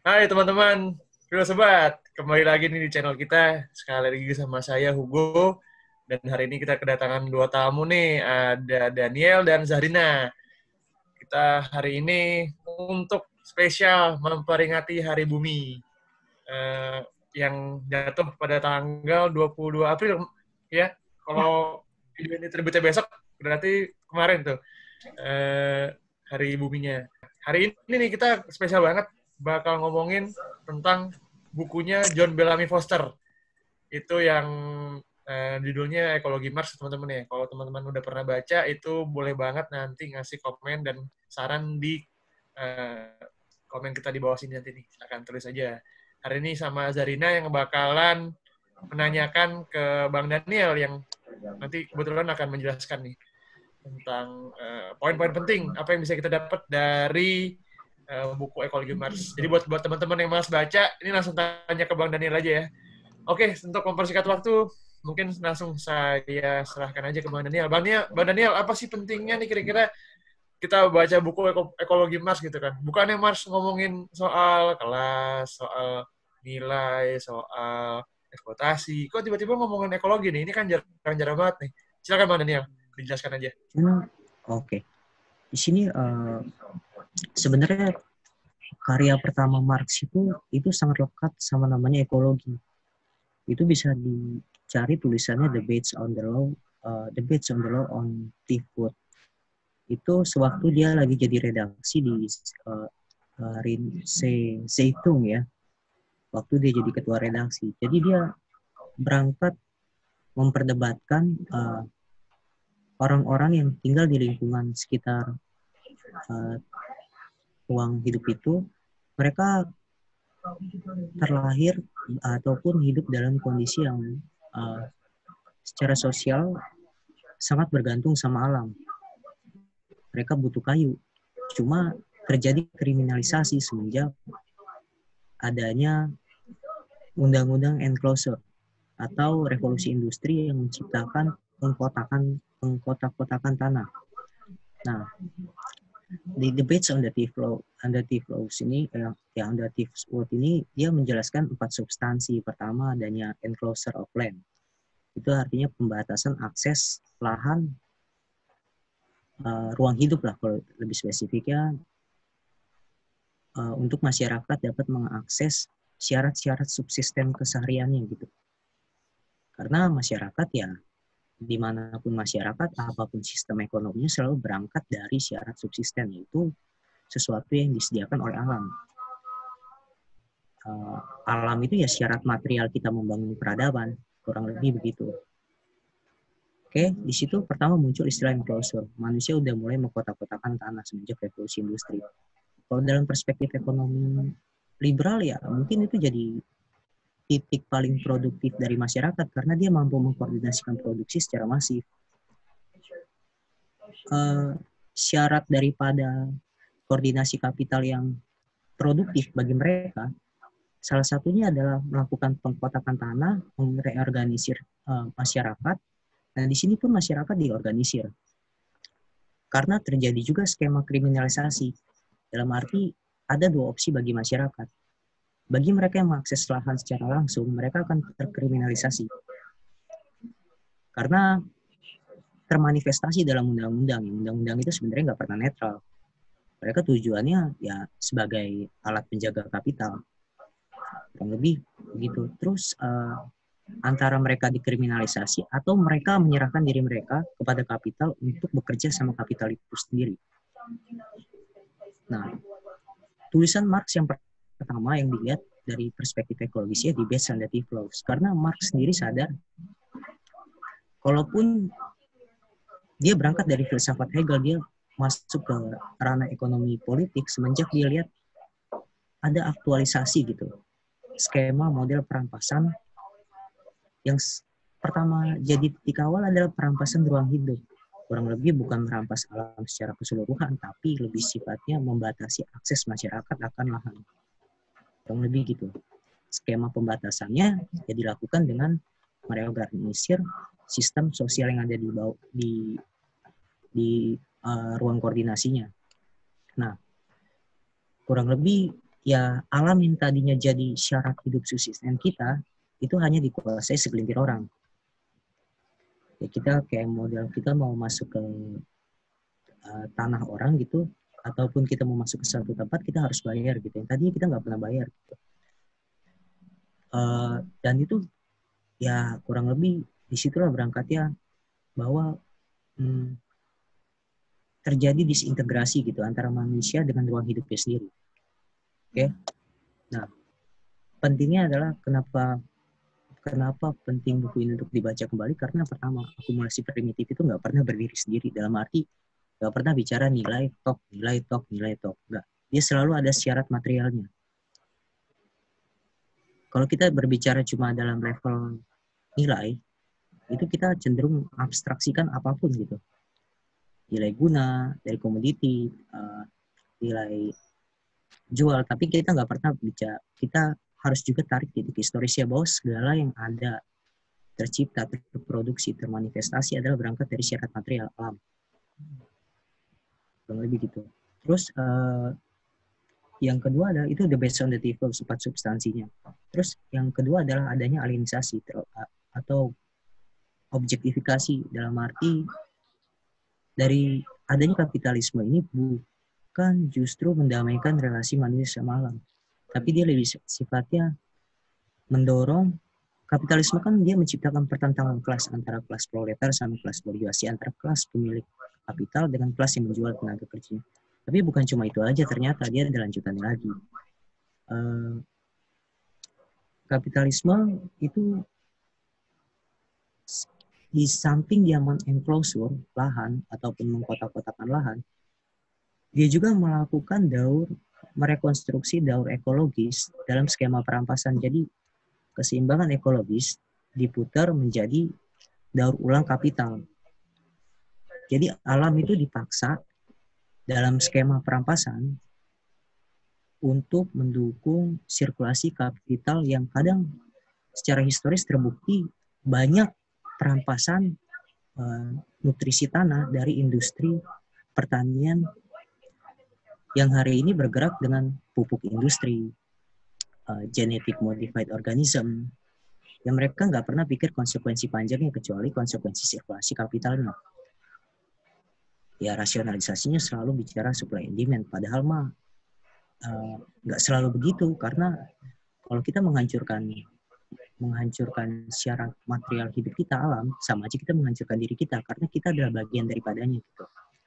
Hai teman-teman, halo sobat, kembali lagi nih di channel kita. Sekali lagi sama saya Hugo, dan hari ini kita kedatangan dua tamu nih, ada Daniel dan Zahrina. Kita hari ini untuk spesial memperingati Hari Bumi eh, yang jatuh pada tanggal 22 April ya. Kalau video ini terbitnya besok, berarti kemarin tuh Hari Buminya. Hari ini nih kita spesial banget bakal ngomongin tentang bukunya John Bellamy Foster. Itu yang judulnya Ekologi Mars, teman-teman ya. Kalau teman-teman udah pernah baca, itu boleh banget nanti ngasih komen dan saran di eh, komen kita di bawah sini nanti nih. Akan tulis aja. Hari ini sama Zarina yang bakalan menanyakan ke Bang Daniel yang nanti kebetulan akan menjelaskan nih tentang poin-poin penting apa yang bisa kita dapat dari buku Ekologi Mars. Jadi buat teman-teman yang malas baca, ini langsung tanya ke Bang Daniel aja ya. Oke, untuk mempersingkat waktu, mungkin langsung saya serahkan aja ke Bang Daniel. Bang Daniel, apa sih pentingnya nih kira-kira kita baca buku Ekologi Mars gitu kan? Bukannya Mars ngomongin soal kelas, soal nilai, soal eksploitasi. Kok tiba-tiba ngomongin ekologi nih? Ini kan jarang-jarang banget nih. Silakan Bang Daniel, dijelaskan aja. Oke. Di sini sebenarnya karya pertama Marx itu sangat lekat sama namanya ekologi. Itu bisa dicari tulisannya Debates on the Law on Thief Food. Itu sewaktu dia lagi jadi redaksi di Rinse Zeitung ya. Waktu dia jadi ketua redaksi. Jadi dia berangkat memperdebatkan orang-orang yang tinggal di lingkungan sekitar ruang hidup itu, mereka terlahir ataupun hidup dalam kondisi yang secara sosial sangat bergantung sama alam. Mereka butuh kayu. Cuma terjadi kriminalisasi semenjak adanya undang-undang enclosure atau revolusi industri yang menciptakan pengkotak-kotakan tanah. Nah, di debates on the thief laws ini yang the thief laws ini dia menjelaskan 4 substansi. Pertama adanya enclosure of land. Itu artinya pembatasan akses lahan ruang hidup lah kalau lebih spesifiknya untuk masyarakat dapat mengakses syarat-syarat subsisten kesehariannya gitu. Karena masyarakat ya dimanapun masyarakat, apapun sistem ekonominya selalu berangkat dari syarat subsisten, yaitu sesuatu yang disediakan oleh alam. Alam itu ya syarat material kita membangun peradaban, kurang lebih begitu. Oke, di situ pertama muncul istilah enclosure. Manusia udah mulai mengkotak-kotakan tanah semenjak revolusi industri. Kalau dalam perspektif ekonomi liberal ya mungkin itu jadi titik paling produktif dari masyarakat karena dia mampu mengkoordinasikan produksi secara masif. Syarat daripada koordinasi kapital yang produktif bagi mereka, salah satunya adalah melakukan pengkotakan tanah, mereorganisir masyarakat, dan di sini pun masyarakat diorganisir. Karena terjadi juga skema kriminalisasi, dalam arti ada 2 opsi bagi masyarakat. Bagi mereka yang mengakses lahan secara langsung, mereka akan terkriminalisasi. Karena termanifestasi dalam undang-undang. Undang-undang itu sebenarnya nggak pernah netral. Mereka tujuannya ya sebagai alat penjaga kapital. Kurang lebih begitu. Terus antara mereka dikriminalisasi atau mereka menyerahkan diri mereka kepada kapital untuk bekerja sama kapital itu sendiri. Nah, tulisan Marx yang pertama yang dilihat dari perspektif ekologisnya di Debates on the Thief Laws. Karena Marx sendiri sadar, kalaupun dia berangkat dari filsafat Hegel, dia masuk ke ranah ekonomi politik semenjak dia lihat ada aktualisasi gitu. Skema model perampasan yang pertama jadi titik awal adalah perampasan ruang hidup. Kurang lebih bukan merampas alam secara keseluruhan, tapi lebih sifatnya membatasi akses masyarakat akan lahan. Kurang lebih gitu. Skema pembatasannya ya dilakukan dengan mereorganisir sistem sosial yang ada di ruang koordinasinya. Nah, kurang lebih ya alam yang tadinya jadi syarat hidup subsisten kita itu hanya dikuasai segelintir orang. Ya kita kayak model kita mau masuk ke tanah orang gitu, ataupun kita mau masuk ke satu tempat kita harus bayar gitu. Yang tadinya kita nggak pernah bayar gitu. Dan itu ya kurang lebih disitulah berangkatnya bahwa terjadi disintegrasi gitu antara manusia dengan ruang hidupnya sendiri. Oke. Nah, pentingnya adalah kenapa penting buku ini untuk dibaca kembali, karena pertama, akumulasi primitif itu nggak pernah berdiri sendiri, dalam arti nggak pernah bicara nilai tok. Nggak. Dia selalu ada syarat materialnya. Kalau kita berbicara cuma dalam level nilai, itu kita cenderung abstraksikan apapun gitu. Nilai guna, dari komoditi, nilai jual, tapi kita nggak pernah bicara, kita harus juga tarik titik historisnya bahwa segala yang ada, tercipta, terproduksi, termanifestasi adalah berangkat dari syarat material alam. Lebih gitu. Terus yang kedua adalah itu the best on the table, sifat substansinya. Terus yang kedua adalah adanya alienisasi atau objektifikasi, dalam arti dari adanya kapitalisme ini bukan justru mendamaikan relasi manusia sama alam, tapi dia lebih sifatnya mendorong. Kapitalisme kan dia menciptakan pertentangan kelas antara kelas proletar sama kelas borjuasi, antara kelas pemilik kapital dengan kelas yang menjual tenaga kerjanya. Tapi bukan cuma itu aja, ternyata dia ada lanjutannya lagi. Kapitalisme itu di samping dia mengenclosure lahan ataupun mengkotak-kotakan lahan, dia juga melakukan merekonstruksi daur ekologis dalam skema perampasan. Jadi keseimbangan ekologis diputar menjadi daur ulang kapital. Jadi alam itu dipaksa dalam skema perampasan untuk mendukung sirkulasi kapital yang kadang secara historis terbukti banyak perampasan nutrisi tanah dari industri pertanian yang hari ini bergerak dengan pupuk industri, genetic modified organism, yang mereka nggak pernah pikir konsekuensi panjangnya kecuali konsekuensi sirkulasi kapitalnya. Ya rasionalisasinya selalu bicara supply and demand, padahal mah nggak selalu begitu, karena kalau kita menghancurkan syarat material hidup kita, alam, sama aja kita menghancurkan diri kita, karena kita adalah bagian daripadanya gitu.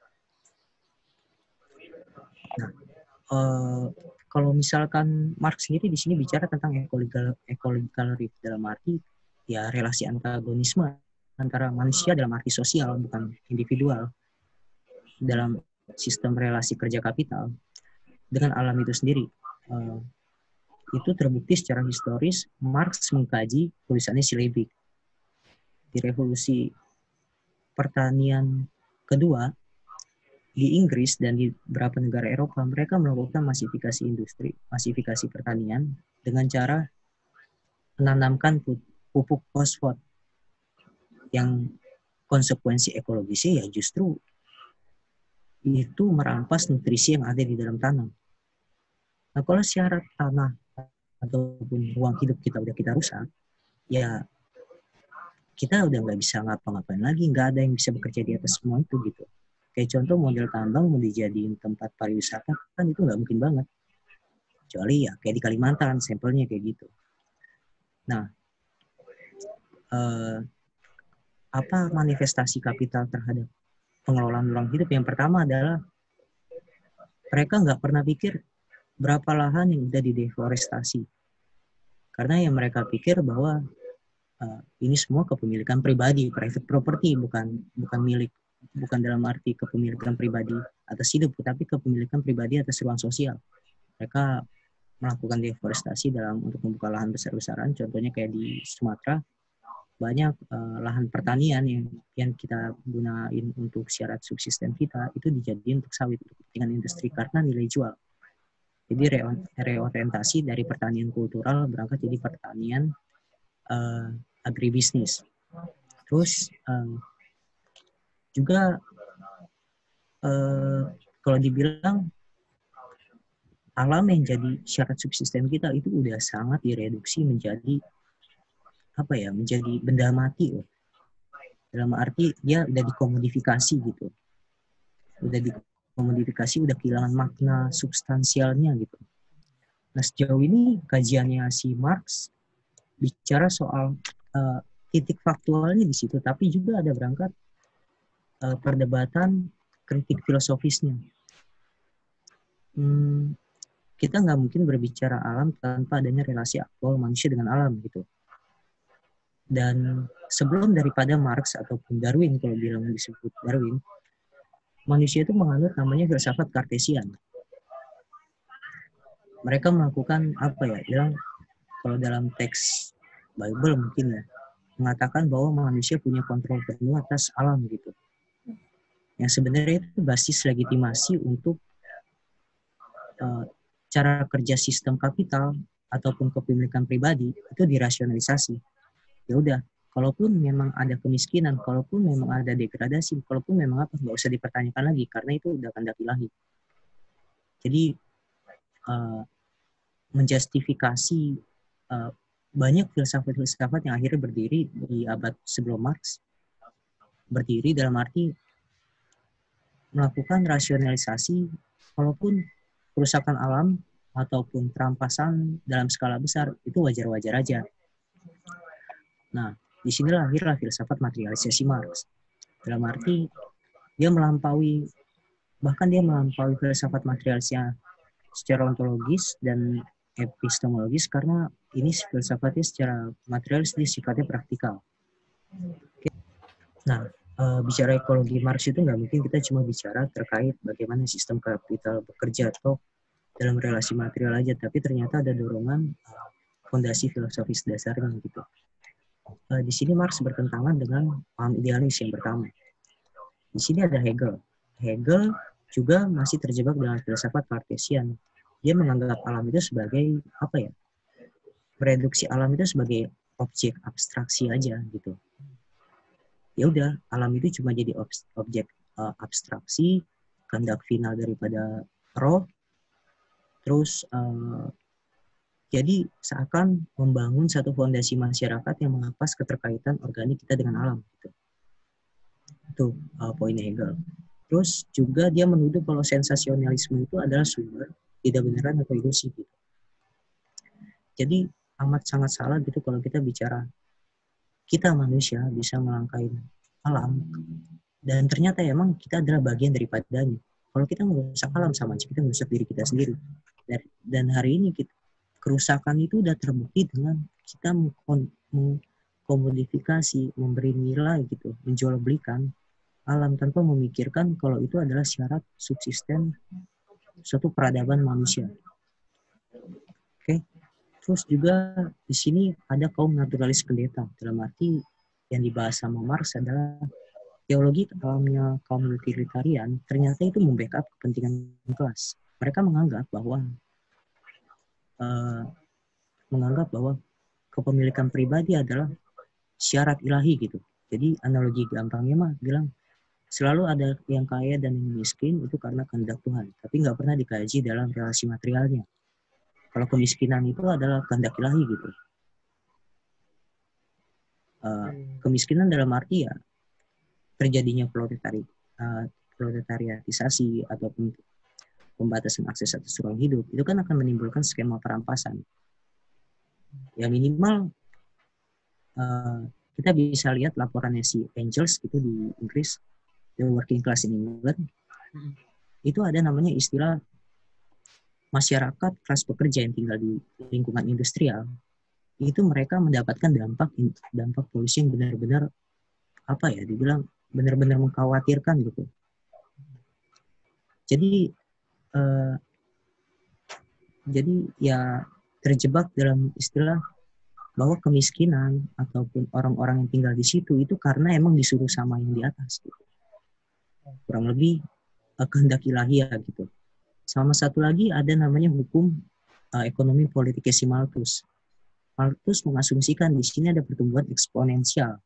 Nah, kalau misalkan Marx sendiri di sini bicara tentang ecological rift, dalam arti ya relasi antagonisme antara manusia dalam arti sosial, bukan individual, dalam sistem relasi kerja kapital dengan alam itu sendiri. Itu terbukti secara historis. Marx mengkaji tulisannya Liebig di revolusi pertanian kedua di Inggris dan di beberapa negara Eropa. Mereka melakukan masifikasi industri, masifikasi pertanian dengan cara menanamkan pupuk fosfat yang konsekuensi ekologisnya ya justru itu merampas nutrisi yang ada di dalam tanah. Nah, kalau syarat tanah ataupun ruang hidup kita udah kita rusak, ya kita udah nggak bisa ngapa-ngapain lagi, nggak ada yang bisa bekerja di atas semua itu gitu. Kayak contoh model tambang mau dijadiin tempat pariwisata kan itu nggak mungkin banget. Kecuali ya kayak di Kalimantan, sampelnya kayak gitu. Nah, apa manifestasi kapital terhadap pengelolaan ruang hidup? Yang pertama adalah mereka nggak pernah pikir berapa lahan yang udah dideforestasi. Karena yang mereka pikir bahwa ini semua kepemilikan pribadi, private property, bukan milik, bukan dalam arti kepemilikan pribadi atas hidup, tetapi kepemilikan pribadi atas ruang sosial. Mereka melakukan deforestasi untuk membuka lahan besar-besaran. Contohnya kayak di Sumatera, banyak lahan pertanian yang kita gunain untuk syarat subsisten kita itu dijadiin untuk sawit, untuk kepentingan industri karena nilai jual. Jadi reorientasi dari pertanian kultural berangkat jadi pertanian agribisnis. Terus juga kalau dibilang alam yang jadi syarat subsisten kita itu udah sangat direduksi menjadi menjadi benda mati loh. Dalam arti dia udah dikomodifikasi gitu. Udah dikomodifikasi, udah kehilangan makna substansialnya gitu. Nah, sejauh ini kajiannya si Marx bicara soal titik faktualnya di situ, tapi juga ada berangkat perdebatan kritik filosofisnya. Kita nggak mungkin berbicara alam tanpa adanya relasi aktual manusia dengan alam gitu. Dan sebelum daripada Marx ataupun Darwin, kalau bilang disebut Darwin, manusia itu menganut namanya filsafat Kartesian. Mereka melakukan bilang kalau dalam teks Bible mungkin ya, mengatakan bahwa manusia punya kontrol penuh atas alam gitu. Yang sebenarnya itu basis legitimasi untuk cara kerja sistem kapital ataupun kepemilikan pribadi itu dirasionalisasi. Ya udah, kalaupun memang ada kemiskinan, kalaupun memang ada degradasi, kalaupun memang nggak usah dipertanyakan lagi karena itu udah kehendak ilahi. Jadi menjustifikasi banyak filsafat-filsafat yang akhirnya berdiri di abad sebelum Marx, berdiri dalam arti melakukan rasionalisasi walaupun kerusakan alam ataupun perampasan dalam skala besar itu wajar-wajar aja. Nah, disinilah lahirlah filsafat materialisasi Marx. Dalam arti dia melampaui filsafat materialisnya secara ontologis dan epistemologis karena ini filsafatnya secara materialis dia sifatnya praktikal. Nah, bicara ekologi Marx itu nggak mungkin kita cuma bicara terkait bagaimana sistem kapital bekerja atau dalam relasi material aja, tapi ternyata ada dorongan fondasi filosofis dasarnya gitu. Di sini Marx bertentangan dengan paham idealis yang pertama. Di sini ada Hegel. Hegel juga masih terjebak dalam filsafat Kartesian. Dia menganggap alam itu sebagai mereduksi alam itu sebagai objek abstraksi aja gitu. Ya udah, alam itu cuma jadi objek abstraksi, kehendak final daripada roh. Terus jadi seakan membangun satu fondasi masyarakat yang mengapas keterkaitan organik kita dengan alam gitu. Itu poin Hegel. Terus juga dia menuduh kalau sensasionalisme itu adalah sumber tidak beneran atau ilusi gitu. Jadi amat sangat salah gitu kalau kita bicara kita manusia bisa melangkahi alam dan ternyata emang kita adalah bagian daripadanya. Kalau kita merusak alam sama aja kita merusak diri kita sendiri. Dan hari ini kerusakan itu udah terbukti dengan kita mengkomodifikasi, memberi nilai gitu, menjual belikan alam tanpa memikirkan kalau itu adalah syarat subsisten suatu peradaban manusia. Oke. Terus juga di sini ada kaum naturalis pendeta, dalam arti yang dibahas sama Marx adalah teologi alamnya kaum utilitarian ternyata itu membackup kepentingan kelas. Mereka menganggap bahwa kepemilikan pribadi adalah syarat ilahi gitu. Jadi analogi gampangnya mah bilang selalu ada yang kaya dan yang miskin itu karena kehendak Tuhan, tapi nggak pernah dikaji dalam relasi materialnya. Kalau kemiskinan itu adalah kehendak ilahi gitu. Kemiskinan dalam arti ya terjadinya proletariatisasi ataupun pembatasan akses atas ruang hidup itu kan akan menimbulkan skema perampasan. Ya minimal kita bisa lihat laporannya si Engels itu di Inggris, The Working Class in England. Itu ada namanya istilah masyarakat kelas pekerja yang tinggal di lingkungan industrial. Itu mereka mendapatkan dampak polusi yang benar-benar dibilang benar-benar mengkhawatirkan gitu. Jadi ya terjebak dalam istilah bahwa kemiskinan ataupun orang-orang yang tinggal di situ itu karena emang disuruh sama yang di atas gitu. Kurang lebih kehendak ilahiyah gitu. Sama satu lagi ada namanya hukum ekonomi politikasi Malthus. Malthus mengasumsikan di sini ada pertumbuhan eksponensial.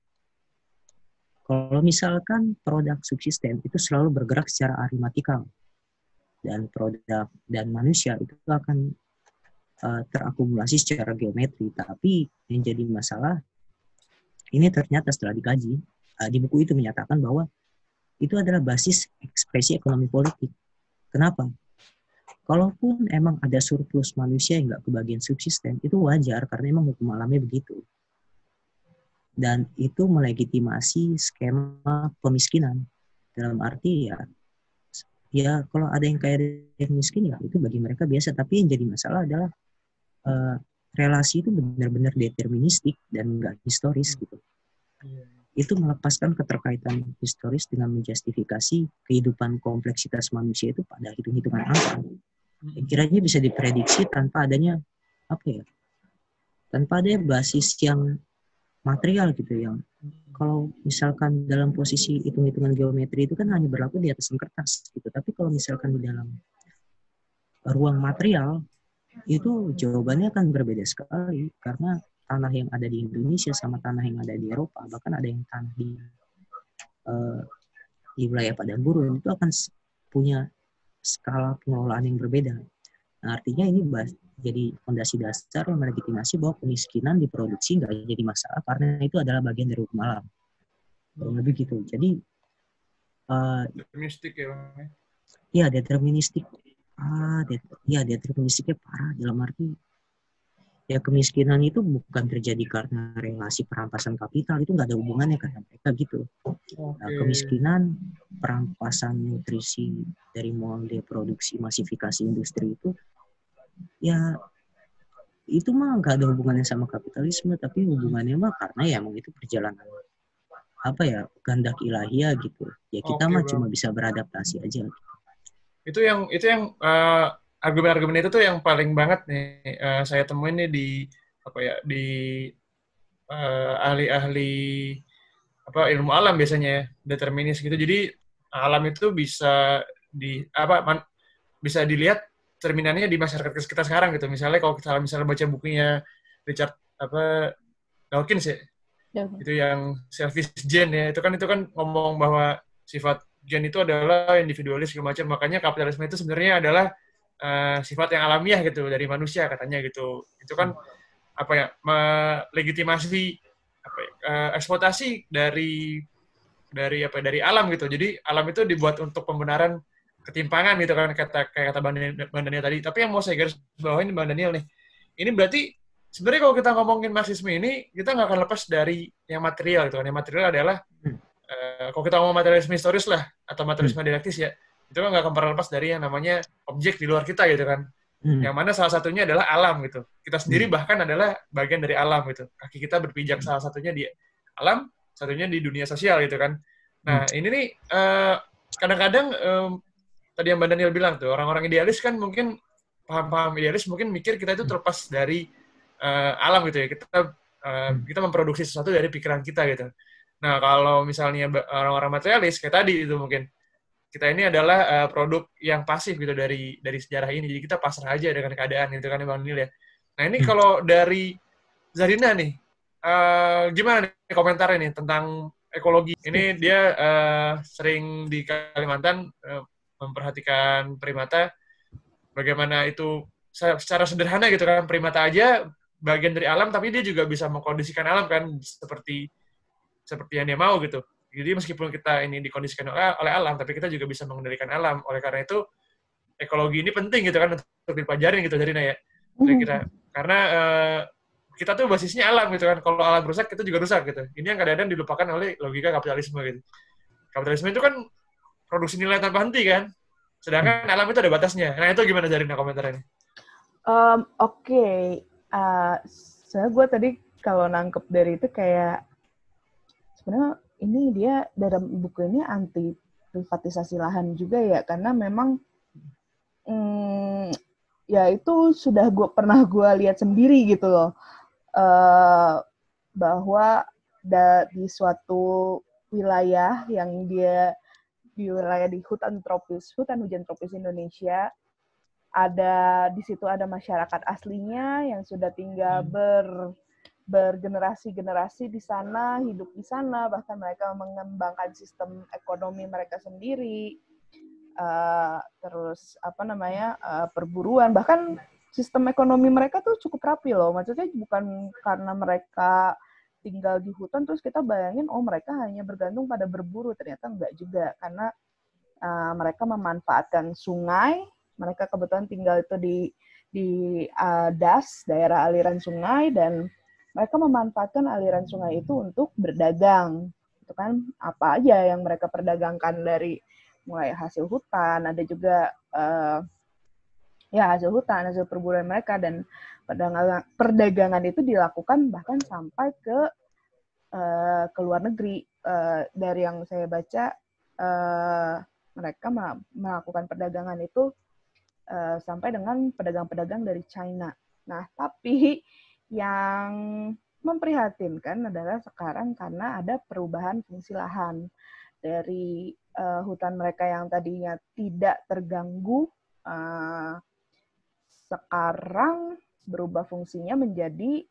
Kalau misalkan produk subsisten itu selalu bergerak secara aritmatikal. dan produk dan manusia itu akan terakumulasi secara geometri. Tapi yang jadi masalah ini ternyata setelah dikaji di buku itu menyatakan bahwa itu adalah basis ekspresi ekonomi politik. Kenapa? Kalaupun emang ada surplus manusia yang nggak kebagian subsisten, itu wajar karena emang hukum alamnya begitu. Dan itu melegitimasi skema pemiskinan. Dalam arti ya kalau ada yang kaya dan yang miskin ya itu bagi mereka biasa. Tapi yang jadi masalah adalah relasi itu benar-benar deterministik dan nggak historis gitu. Itu melepaskan keterkaitan historis dengan menjustifikasi kehidupan kompleksitas manusia itu pada hitung-hitungan angka. Kiranya bisa diprediksi tanpa adanya tanpa ada basis yang material gitu, yang kalau misalkan dalam posisi hitung-hitungan geometri itu kan hanya berlaku di atas kertas gitu. Tapi kalau misalkan di dalam ruang material itu jawabannya akan berbeda sekali, karena tanah yang ada di Indonesia sama tanah yang ada di Eropa, bahkan ada yang tanah di wilayah padang gurun itu akan punya skala pengelolaan yang berbeda. Nah, artinya ini jadi fondasi dasar yang melegitimasi bahwa kemiskinan diproduksi nggak jadi masalah karena itu adalah bagian dari hukum alam. Lebih gitu. Jadi deterministik ya, Bang. Iya, deterministik. Deterministiknya parah dalam arti ya kemiskinan itu bukan terjadi karena relasi perampasan kapital, itu nggak ada hubungannya kata mereka gitu. Nah, kemiskinan, perampasan nutrisi dari molde produksi masifikasi industri itu ya itu mah nggak ada hubungannya sama kapitalisme, tapi hubungannya mah karena ya emang itu perjalanan kehendak ilahiyah gitu. Ya kita mah cuma bisa beradaptasi aja. Itu yang argumen-argumen itu tuh yang paling banget nih saya temuin nih di ahli-ahli ilmu alam biasanya, determinis gitu. Jadi alam itu bisa bisa dilihat cerminannya di masyarakat kita sekarang gitu. Misalnya kalau kita baca bukunya Richard Dawkins ya. Itu yang selfish gene ya. Itu kan ngomong bahwa sifat gen itu adalah individualis segala macam. Makanya kapitalisme itu sebenarnya adalah sifat yang alamiah gitu dari manusia katanya gitu. Itu kan melegitimasi eksploitasi dari alam gitu. Jadi alam itu dibuat untuk pembenaran ketimpangan gitu kan, kayak kata Bang Daniel tadi. Tapi yang mau saya garis bawahin Bang Daniel nih, ini berarti sebenarnya kalau kita ngomongin marxisme ini, kita nggak akan lepas dari yang material gitu kan. Yang material adalah kalau kita ngomong materialisme historis lah atau materialisme dialektis ya, itu kan nggak akan pernah lepas dari yang namanya objek di luar kita gitu kan. Yang mana salah satunya adalah alam gitu. Kita sendiri bahkan adalah bagian dari alam gitu. Kaki kita berpijak salah satunya di alam, satunya di dunia sosial gitu kan. Nah ini nih kadang-kadang tadi yang Mbak Daniel bilang tuh, orang-orang idealis kan mungkin paham-paham idealis mungkin mikir kita itu terlepas dari alam gitu ya. Kita memproduksi sesuatu dari pikiran kita gitu. Nah kalau misalnya orang-orang materialis kayak tadi itu mungkin kita ini adalah produk yang pasif gitu dari sejarah ini. Jadi kita pasrah aja dengan keadaan gitu kan Bang Daniel ya. Nah ini kalau dari Zarina nih, gimana nih komentarnya nih tentang ekologi? Ini dia sering di Kalimantan memperhatikan primata, bagaimana itu secara sederhana gitu kan, primata aja bagian dari alam, tapi dia juga bisa mengkondisikan alam kan, seperti yang dia mau gitu. Jadi meskipun kita ini dikondisikan oleh alam, tapi kita juga bisa mengendalikan alam. Oleh karena itu, ekologi ini penting gitu kan, untuk dipelajarin gitu, Zarina ya. Kira-kira. Karena kita tuh basisnya alam gitu kan. Kalau alam rusak, kita juga rusak gitu. Ini yang kadang-kadang dilupakan oleh logika kapitalisme gitu. Kapitalisme itu kan produksi nilai tanpa henti kan. Sedangkan alam itu ada batasnya. Nah itu gimana Zarina komentarnya? Oke. Sebenarnya gue tadi kalau nangkep dari itu kayak sebenarnya ini dia dalam buku ini anti privatisasi lahan juga ya, karena memang ya itu sudah pernah gue lihat sendiri gitu loh, bahwa di suatu wilayah yang dia di wilayah di hutan hujan tropis Indonesia, di situ ada masyarakat aslinya yang sudah tinggal bergenerasi-generasi di sana, hidup di sana, bahkan mereka mengembangkan sistem ekonomi mereka sendiri. terus perburuan, bahkan sistem ekonomi mereka tuh cukup rapi loh. Maksudnya bukan karena mereka tinggal di hutan terus kita bayangin mereka hanya bergantung pada berburu, ternyata enggak juga, karena mereka memanfaatkan sungai. Mereka kebetulan tinggal itu di das, daerah aliran sungai, dan mereka memanfaatkan aliran sungai itu untuk berdagang. Itu kan apa aja yang mereka perdagangkan, dari mulai hasil hutan, ada juga hasil hutan, hasil perburuan mereka, dan perdagangan itu dilakukan bahkan sampai ke luar negeri. Dari yang saya baca, mereka melakukan perdagangan itu sampai dengan pedagang-pedagang dari China. Nah, tapi yang memprihatinkan adalah sekarang karena ada perubahan fungsi lahan dari hutan mereka yang tadinya tidak terganggu, sekarang berubah fungsinya menjadi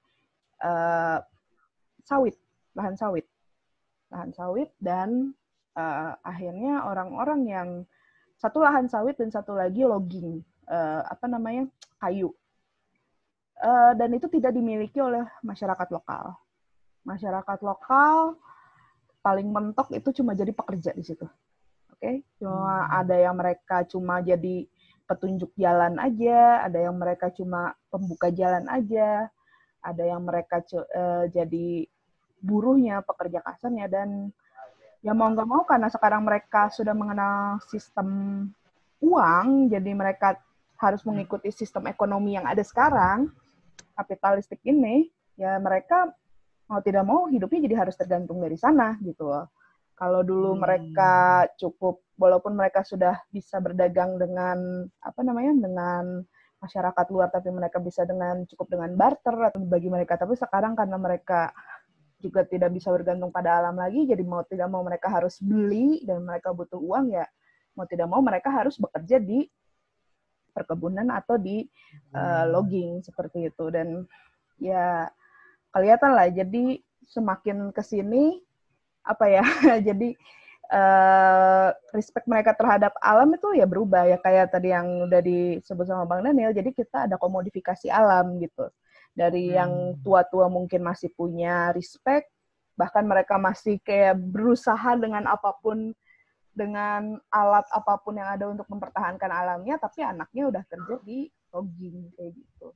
lahan sawit, dan akhirnya orang-orang yang satu lahan sawit dan satu lagi logging, kayu. Dan itu tidak dimiliki oleh masyarakat lokal. Masyarakat lokal paling mentok itu cuma jadi pekerja di situ. Oke, cuma ada yang mereka cuma jadi petunjuk jalan aja, ada yang mereka cuma pembuka jalan aja, ada yang mereka jadi buruhnya, pekerja kasarnya, dan ya mau nggak mau karena sekarang mereka sudah mengenal sistem uang, jadi mereka harus mengikuti sistem ekonomi yang ada sekarang, kapitalistik ini, ya mereka mau tidak mau hidupnya jadi harus tergantung dari sana gitu loh. Kalau dulu mereka cukup, walaupun mereka sudah bisa berdagang dengan dengan masyarakat luar, tapi mereka bisa cukup dengan barter atau bagi mereka, tapi sekarang karena mereka juga tidak bisa bergantung pada alam lagi, jadi mau tidak mau mereka harus beli, dan mereka butuh uang, ya mau tidak mau mereka harus bekerja di perkebunan atau di logging seperti itu. Dan ya kelihatan lah, jadi semakin kesini jadi respect mereka terhadap alam itu ya berubah, ya kayak tadi yang udah disebut sama Bang Daniel, jadi kita ada komodifikasi alam gitu. Dari yang tua-tua mungkin masih punya respect, bahkan mereka masih kayak berusaha dengan apapun, dengan alat apapun yang ada untuk mempertahankan alamnya, tapi anaknya udah kerja di logging kayak gitu.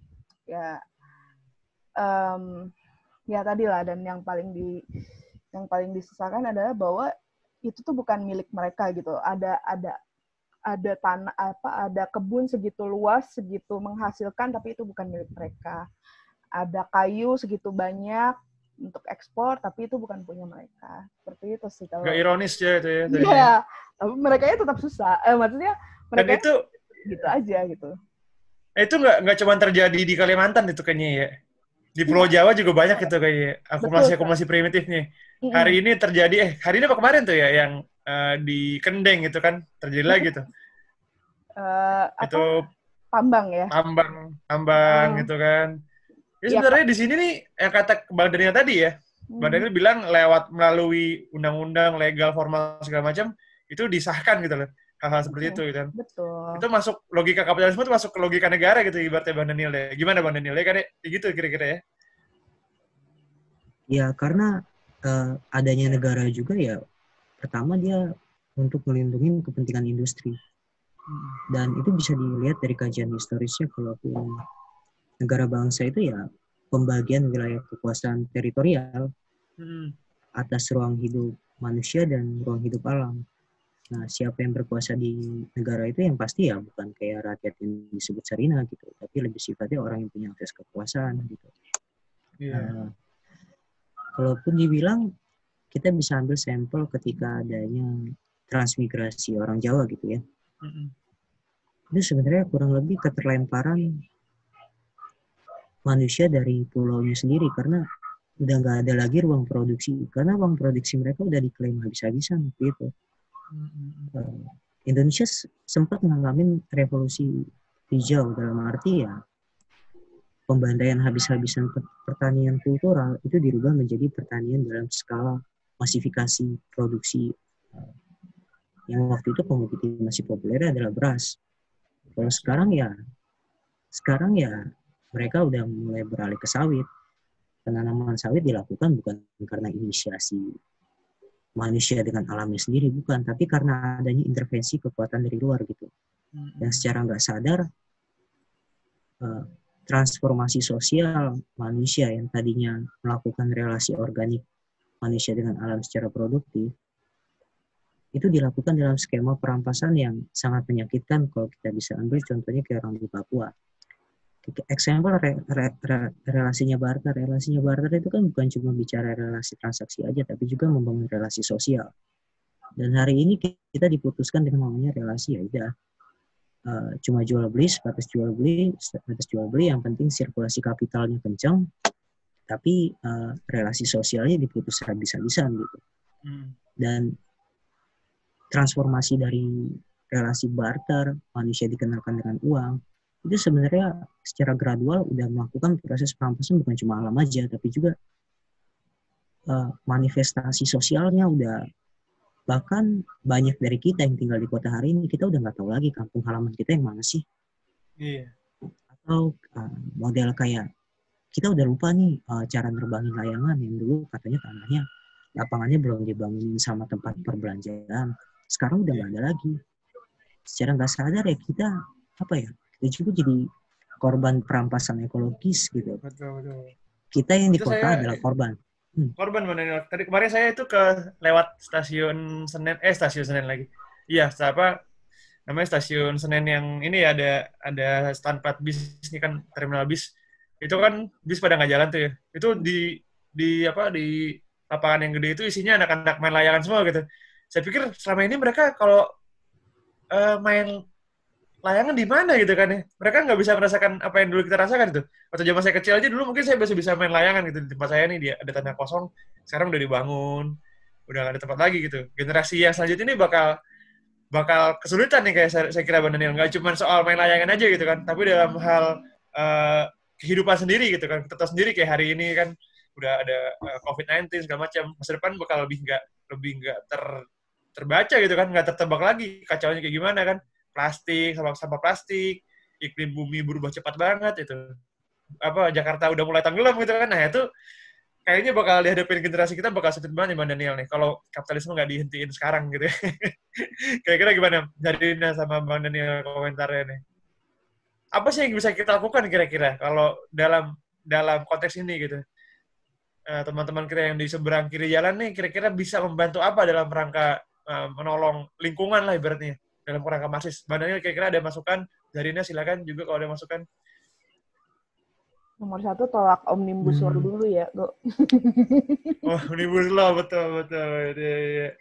Ya tadi lah, dan yang paling disesalkan adalah bahwa itu tuh bukan milik mereka gitu. Ada tanah ada kebun segitu luas, segitu menghasilkan, tapi itu bukan milik mereka. Ada kayu segitu banyak untuk ekspor, tapi itu bukan punya mereka. Seperti itu sih kalau. Gak ironis ya itu ya. Iya, tapi mereka tetap susah. Maksudnya mereka dan itu gitu aja gitu. Itu nggak cuma terjadi di Kalimantan itu kayaknya ya. Di Pulau Jawa juga banyak itu kayaknya akumulasi primitifnya. Hari ini terjadi hari ini apa kemarin tuh ya yang di Kendeng itu kan terjadi lagi tuh. Itu tambang ya. Tambang gitu kan. Jadi sebenarnya di sini nih yang kata Bang Daniel tadi ya. Bang Daniel bilang melalui undang-undang legal formal segala macam itu disahkan gitu loh. Hal-hal seperti itu gitu kan. Betul. Itu masuk logika kapitalisme, itu masuk ke logika negara gitu ibaratnya Bang Daniel ya. Gimana Bang Daniel ya kan gitu kira-kira ya? Ya karena adanya negara juga ya, pertama dia untuk melindungi kepentingan industri. Dan itu bisa dilihat dari kajian historisnya, kalau negara bangsa itu ya pembagian wilayah kekuasaan teritorial atas ruang hidup manusia dan ruang hidup alam. Nah, siapa yang berkuasa di negara itu yang pasti ya bukan kayak rakyat yang disebut Sarina gitu, tapi lebih sifatnya orang yang punya akses kekuasaan gitu. Kalaupun dibilang kita bisa ambil sampel ketika adanya transmigrasi orang Jawa gitu ya. Itu sebenarnya kurang lebih keterlemparan manusia dari pulaunya sendiri, karena udah nggak ada lagi ruang produksi, karena ruang produksi mereka udah diklaim habis-habisan gitu. Indonesia sempat ngalamin revolusi hijau, dalam arti ya pembantaian habis-habisan pertanian kultural itu dirubah menjadi pertanian dalam skala masifikasi produksi Yang waktu itu komoditi masih populer adalah beras. Kalau sekarang ya mereka udah mulai beralih ke sawit. Penanaman sawit dilakukan bukan karena inisiasi manusia dengan alamnya sendiri, bukan, tapi karena adanya intervensi kekuatan dari luar gitu. Yang secara nggak sadar transformasi sosial manusia yang tadinya melakukan relasi organik manusia dengan alam secara produktif itu dilakukan dalam skema perampasan yang sangat menyakitkan. Kalau kita bisa ambil contohnya kayak orang di Papua. Example relasinya barter. Relasinya barter itu kan bukan cuma bicara relasi transaksi aja, tapi juga membangun relasi sosial. Dan hari ini kita diputuskan dengan namanya relasi, ya udah cuma jual beli, sebatas jual beli, yang penting sirkulasi kapitalnya kencang, tapi relasi sosialnya diputus habis-habisan gitu. Dan transformasi dari relasi barter, manusia dikenalkan dengan uang, itu sebenarnya secara gradual udah melakukan proses perampasan bukan cuma alam aja, tapi juga manifestasi sosialnya udah. Bahkan banyak dari kita yang tinggal di kota hari ini, kita udah nggak tahu lagi kampung halaman kita yang mana sih. Iya. Atau model kayak kita udah lupa nih cara nerbangin layangan yang dulu katanya tanahnya, lapangannya belum dibangunin sama tempat perbelanjaan. Sekarang udah nggak ada lagi. Secara nggak sadar ya kita juga jadi korban perampasan ekologis gitu. Betul. Kita yang di kota adalah korban. Korban mana? Tadi kemarin saya itu lewat stasiun Senen lagi. Iya, namanya stasiun Senen yang ini ya, ada stand plat bis ini kan, terminal bis. Itu kan bis pada nggak jalan tuh ya. Itu di lapangan yang gede itu isinya anak-anak main layangan semua gitu. Saya pikir selama ini mereka kalau main layangan di mana gitu kan ya. Mereka nggak bisa merasakan apa yang dulu kita rasakan gitu. Waktu zaman saya kecil aja dulu mungkin saya masih bisa main layangan gitu. Di tempat saya nih dia ada tanah kosong, sekarang udah dibangun, udah nggak ada tempat lagi gitu. Generasi yang selanjutnya ini bakal kesulitan nih kayak saya kira Bang Daniel. Nggak cuma soal main layangan aja gitu kan, tapi dalam hal kehidupan sendiri gitu kan. Kita tahu sendiri kayak hari ini kan udah ada COVID-19 segala macam. Masa depan bakal lebih nggak terbaca gitu kan, nggak tertebak lagi kacaunya kayak gimana kan. Plastik, sampah plastik, iklim bumi berubah cepat banget itu. Jakarta udah mulai tenggelam gitu kan. Nah, itu kayaknya bakal dihadapin generasi kita bakal sulit banget nih Bang Daniel nih kalau kapitalisme nggak dihentiin sekarang gitu. Kira-kira gimana Zarina sama Bang Daniel komentarnya nih? Apa sih yang bisa kita lakukan kira-kira kalau dalam konteks ini gitu? Teman-teman kita yang di seberang kiri jalan nih kira-kira bisa membantu apa dalam rangka menolong lingkungan lah ibaratnya? Dalam kerangka Marxis. Bang Daniel kira-kira ada masukan? Zarina silakan juga kalau ada masukan. Nomor 1 tolak Omnibus Law dulu ya, Go. Omnibus Law, betul. Ya.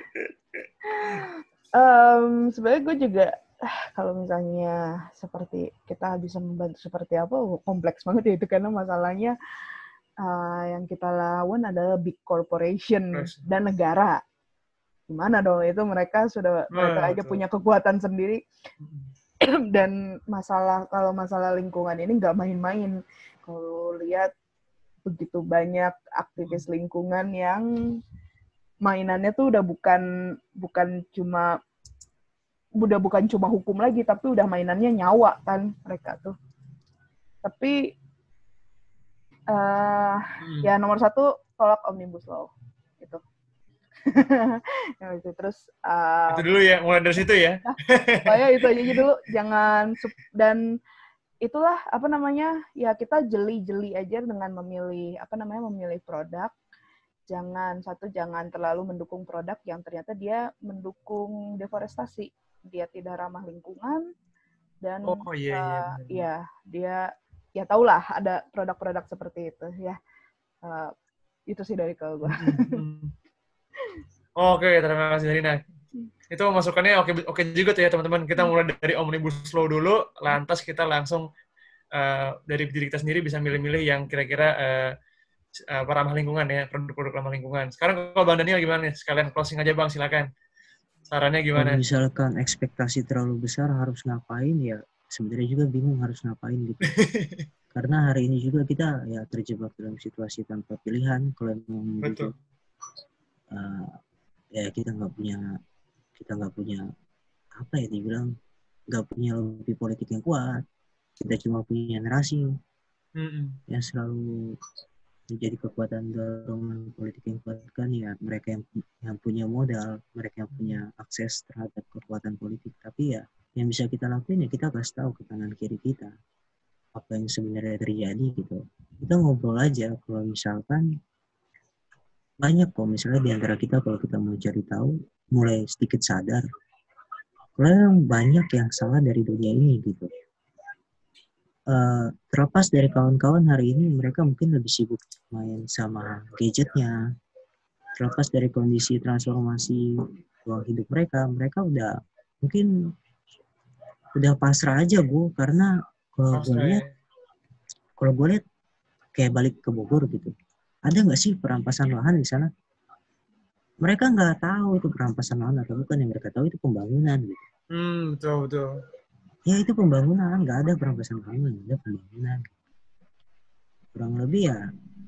Sebenarnya gue juga, kalau misalnya seperti kita bisa membantu seperti apa, kompleks banget ya itu, karena masalahnya yang kita lawan adalah big corporation dan negara. Gimana dong, itu mereka aja punya kekuatan sendiri. Dan kalau masalah lingkungan ini nggak main-main. Kalau lihat begitu banyak aktivis lingkungan yang mainannya tuh udah bukan cuma hukum lagi, tapi udah mainannya nyawa kan mereka tuh. Tapi ya nomor 1 tolak Omnibus Law itu. Terus itu dulu ya, mulai dari situ ya. Pokoknya itu aja dulu, jangan. Dan itulah ya kita jeli aja dengan memilih produk. Jangan terlalu mendukung produk yang ternyata dia mendukung deforestasi, dia tidak ramah lingkungan, dan dia ya tahulah ada produk-produk seperti itu ya. Itu sih dari kalau gue. Oke, terima kasih Zarina. Itu masukannya oke juga tuh ya teman-teman. Kita mulai dari Omnibus Law dulu, lantas kita langsung dari diri kita sendiri bisa milih-milih yang kira-kira ramah lingkungan ya, produk-produk ramah lingkungan. Sekarang kalau Bang Daniel gimana nih? Sekalian closing aja Bang, silakan. Sarannya gimana? Kalau misalkan ekspektasi terlalu besar harus ngapain ya, sebenarnya juga bingung harus ngapain gitu. Karena hari ini juga kita ya terjebak dalam situasi tanpa pilihan. Kalau memang gitu, ya kita nggak punya kita nggak punya apa ya dibilang, nggak punya lobby politik yang kuat, kita cuma punya narasi yang selalu menjadi kekuatan dorongan politik yang kuat kan ya mereka yang punya modal, mereka yang punya akses terhadap kekuatan politik. Tapi ya yang bisa kita lakuin ya kita kasih tahu ke kanan kiri kita apa yang sebenarnya terjadi gitu. Kita ngobrol aja kalau misalkan banyak kok misalnya di antara kita kalau kita mau cari tahu mulai sedikit sadar kalau banyak yang salah dari dunia ini gitu. Terlepas dari kawan-kawan hari ini mereka mungkin lebih sibuk main sama gadgetnya, terlepas dari kondisi transformasi ruang hidup mereka udah mungkin udah pasrah aja Bu, karena kalau gue lihat kayak balik ke Bogor gitu, ada nggak sih perampasan lahan di sana? Mereka nggak tahu itu perampasan lahan atau bukan, yang mereka tahu itu pembangunan gitu. Betul. Ya itu pembangunan, nggak ada perampasan lahan, ada pembangunan. Kurang lebih ya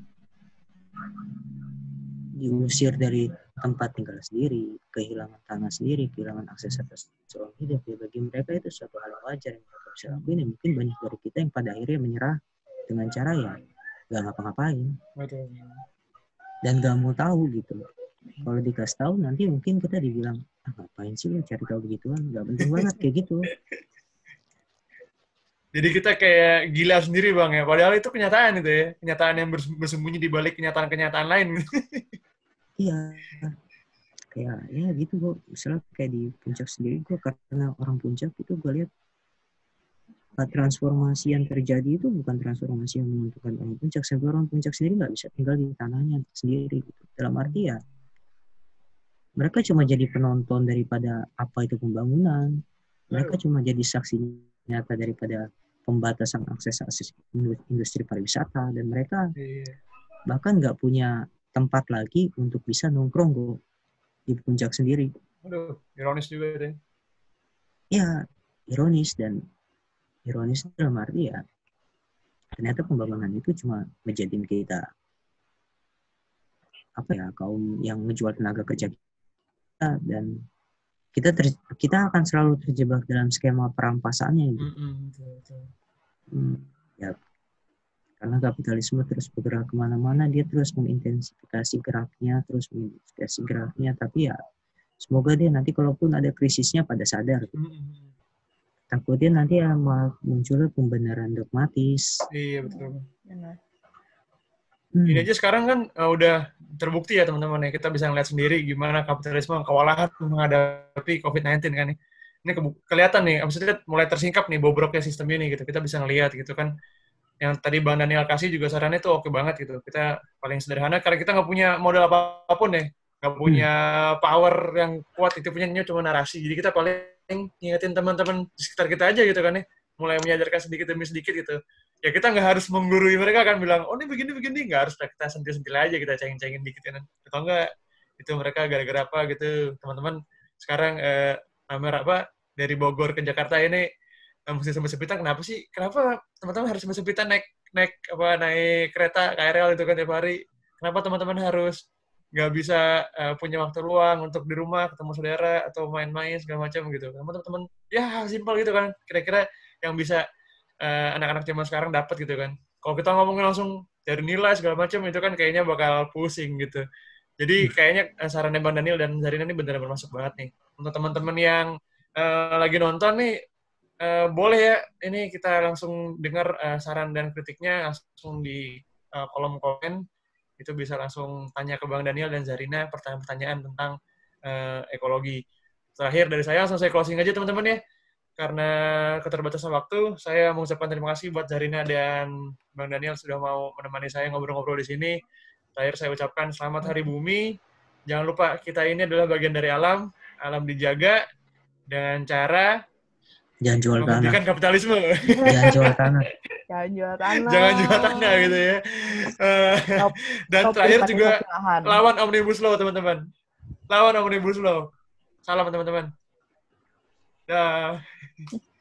diusir dari tempat tinggal sendiri, kehilangan tanah sendiri, kehilangan akses atas ruang hidup. Ya bagi mereka itu suatu hal yang wajar yang mereka bisa lakuin. Ya mungkin banyak dari kita yang pada akhirnya menyerah dengan cara ya nggak ngapa-ngapain. Betul. Dan nggak mau tahu gitu. Kalau dikasih tahu nanti mungkin kita dibilang ngapain sih lu cari tahu begituan, nggak penting banget kayak gitu. Jadi kita kayak gila sendiri Bang ya, padahal itu kenyataan itu ya, kenyataan yang bersembunyi di balik kenyataan-kenyataan lain. Iya, kayak ya gitu gue, misalnya kayak di Puncak sendiri, gue karena orang Puncak itu gue lihat transformasi yang terjadi itu bukan transformasi yang menentukan orang Puncak. Sampai orang Puncak sendiri nggak bisa tinggal di tanahnya sendiri gitu. Dalam arti ya mereka cuma jadi penonton daripada apa itu pembangunan, mereka cuma jadi saksi nyata daripada pembatasan akses industri pariwisata, dan mereka bahkan nggak punya tempat lagi untuk bisa nongkrong di Puncak sendiri. Aduh, ironis juga deh. Ya, ironis dalam arti ya ternyata pembangunan itu cuma menjadiin kita apa ya, kaum yang menjual tenaga kerja kita, dan kita akan selalu terjebak dalam skema perampasannya gitu. Ya, karena kapitalisme terus bergerak kemana-mana, dia terus mengintensifikasi geraknya, tapi ya semoga dia nanti kalaupun ada krisisnya pada sadar gitu. Takutnya nanti ya munculnya pembenaran dogmatis. Iya betul. Ini aja sekarang kan udah terbukti ya teman-teman ya, kita bisa ngeliat sendiri gimana kapitalisme kewalahan menghadapi COVID-19 kan nih. Ini kelihatan nih, maksudnya mulai tersingkap nih bobroknya sistem ini gitu. Kita bisa ngelihat gitu kan. Yang tadi Bang Daniel kasih juga sarannya tuh oke banget gitu. Kita paling sederhana karena kita nggak punya modal apapun ya, nggak punya power yang kuat, itu punya cuma narasi. Jadi kita paling ngingetin teman-teman di sekitar kita aja gitu kan ya, mulai menyadarkan sedikit demi sedikit gitu. Ya kita nggak harus menggurui mereka kan bilang, oh ini begini, nggak harus kita sentil-sentil aja, kita cengin-cengin dikit kan. Atau enggak, itu mereka gara-gara apa gitu. Teman-teman sekarang apa dari Bogor ke Jakarta ini mesti sempit-sempitan, kenapa sih? Kenapa teman-teman harus sempit-sempitan naik kereta KRL itu kan tiap hari? Kenapa teman-teman harus nggak bisa punya waktu luang untuk di rumah ketemu saudara atau main-main segala macam gitu? Kenapa teman-teman ya simpel gitu kan? Kira-kira yang bisa anak-anak zaman sekarang dapat gitu kan. Kalau kita ngomongin langsung dari nilai segala macam itu kan kayaknya bakal pusing gitu. Jadi kayaknya sarannya Bang Daniel dan Zarina ini benar-benar bermasuk banget nih. Untuk teman-teman yang lagi nonton nih, boleh ya ini kita langsung dengar saran dan kritiknya langsung di kolom komen. Itu bisa langsung tanya ke Bang Daniel dan Zarina pertanyaan-pertanyaan tentang ekologi. Terakhir dari saya, langsung saya closing aja teman-teman ya. Karena keterbatasan waktu, saya mengucapkan terima kasih buat Zarina dan Bang Daniel sudah mau menemani saya ngobrol-ngobrol di sini. Terakhir saya ucapkan selamat Hari Bumi. Jangan lupa kita ini adalah bagian dari alam dijaga dengan cara jangan jual tanah. Kapitalisme. Jangan jual tanah. Jangan jual tanah gitu ya. Dan terakhir juga lawan Omnibus Law teman-teman. Lawan Omnibus Law. Salam teman-teman. Dah.